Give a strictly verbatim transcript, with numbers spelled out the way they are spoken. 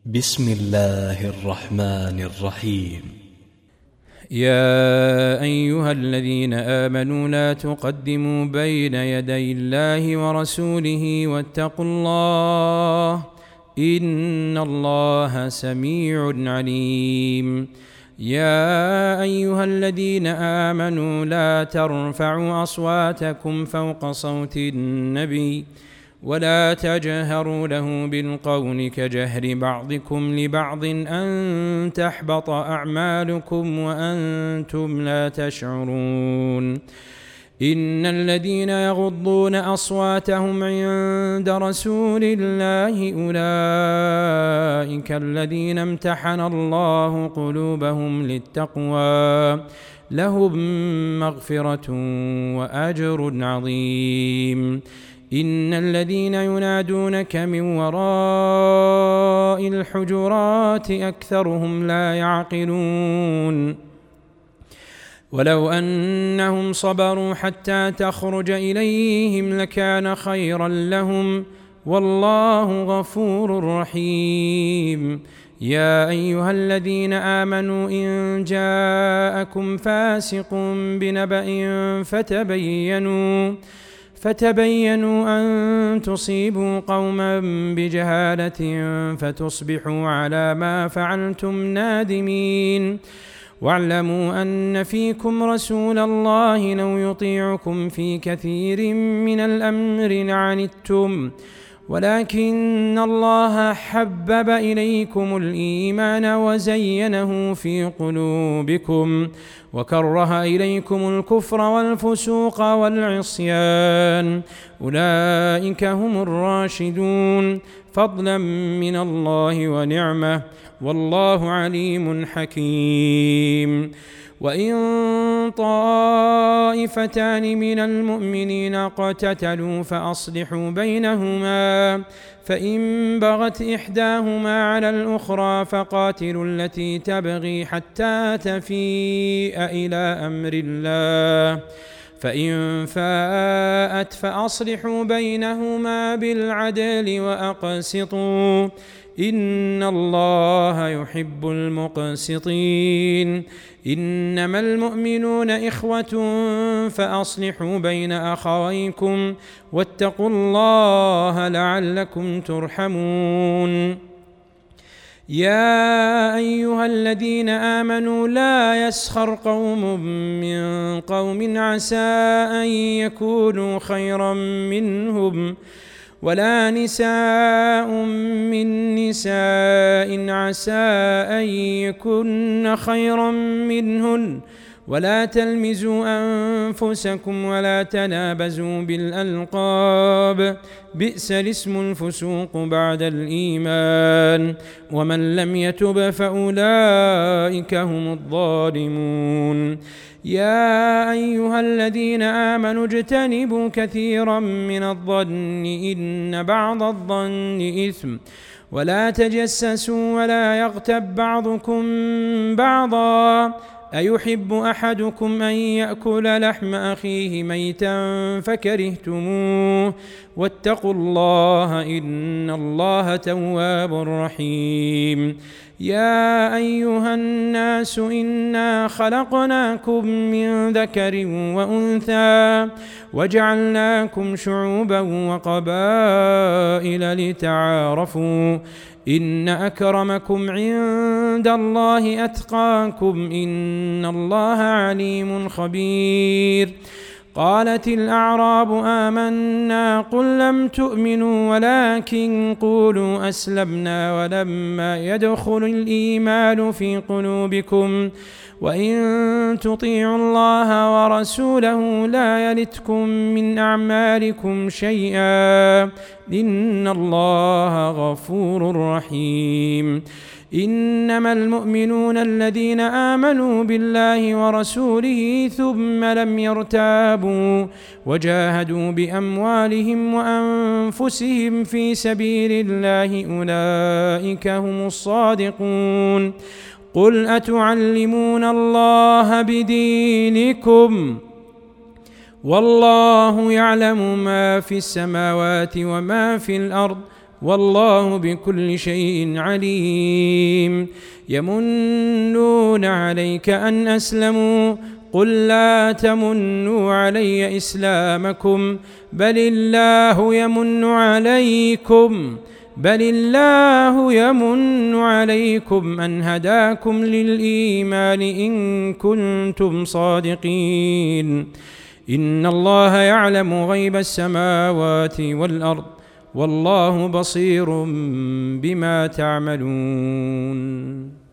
بسم الله الرحمن الرحيم. يا أيها الذين آمنوا لا تقدموا بين يدي الله ورسوله واتقوا الله إن الله سميع عليم. يا أيها الذين آمنوا لا ترفعوا أصواتكم فوق صوت النبي ولا تجهروا له بالقول كجهر بعضكم لبعض أن تحبط أعمالكم وأنتم لا تشعرون. إن الذين يغضون أصواتهم عند رسول الله أولئك الذين امتحن الله قلوبهم للتقوى لهم مغفرة وأجر عظيم. إن الذين ينادونك من وراء الحجرات أكثرهم لا يعقلون. ولو أنهم صبروا حتى تخرج إليهم لكان خيرا لهم والله غفور رحيم. يا أيها الذين آمنوا إن جاءكم فاسق بنبأ فتبينوا فتبينوا أن تصيبوا قوما بجهالة فتصبحوا على ما فعلتم نادمين. واعلموا أن فيكم رسول الله لو يطيعكم في كثير من الأمر لعنتم ولكن الله حبب إليكم الإيمان وزينه في قلوبكم وكره إليكم الكفر والفسوق والعصيان أولئك هم الراشدون فضلا من الله ونعمة والله عليم حكيم. وإن طائفتان من المؤمنين اقتتلوا فأصلحوا بينهما فإن بغت إحداهما على الأخرى فقاتلوا التي تبغي حتى تفيء إلى أمر الله فإن فاءت فأصلحوا بينهما بالعدل وأقسطوا إن الله يحب المقسطين. إنما المؤمنون إخوة فأصلحوا بين أخويكم واتقوا الله لعلكم ترحمون. يا أيها الذين آمنوا لا يسخر قوم من قوم عسى أن يكونوا خيرا منهم ولا نساء من نساء عسى أن يكن خيرا منهن ولا تلمزوا أنفسكم ولا تنابزوا بالألقاب بئس الاسم الفسوق بعد الإيمان ومن لم يتب فأولئك هم الظالمون. يا أيها الذين آمنوا اجتنبوا كثيرا من الظن إن بعض الظن إثم ولا تجسسوا ولا يغتب بعضكم بعضا أيحب أحدكم أن يأكل لحم أخيه ميتا فكرهتموه واتقوا الله إن الله تواب رحيم. يا أيها الناس إنا خلقناكم من ذكر وأنثى وجعلناكم شعوبا وقبائل لتعارفوا إن أكرمكم عند الله أتقاكم إن الله عليم خبير. قالت الأعراب آمنا قل لم تؤمنوا ولكن قولوا أسلمنا ولما يدخل الإيمان في قلوبكم وإن تطيعوا الله ورسوله لا يلتكم من أعمالكم شيئا إن الله غفور رحيم. إنما المؤمنون الذين آمنوا بالله ورسوله ثم لم يرتابوا وجاهدوا بأموالهم وأنفسهم في سبيل الله أولئك هم الصادقون. قل أتعلمون الله بدينكم والله يعلم ما في السماوات وما في الأرض والله بكل شيء عليم. يمنون عليك أن أسلموا قل لا تمنوا علي إسلامكم بل الله يمن عليكم بل الله يمن عليكم أن هداكم للإيمان إن كنتم صادقين. إن الله يعلم غيب السماوات والأرض والله بصير بما تعملون.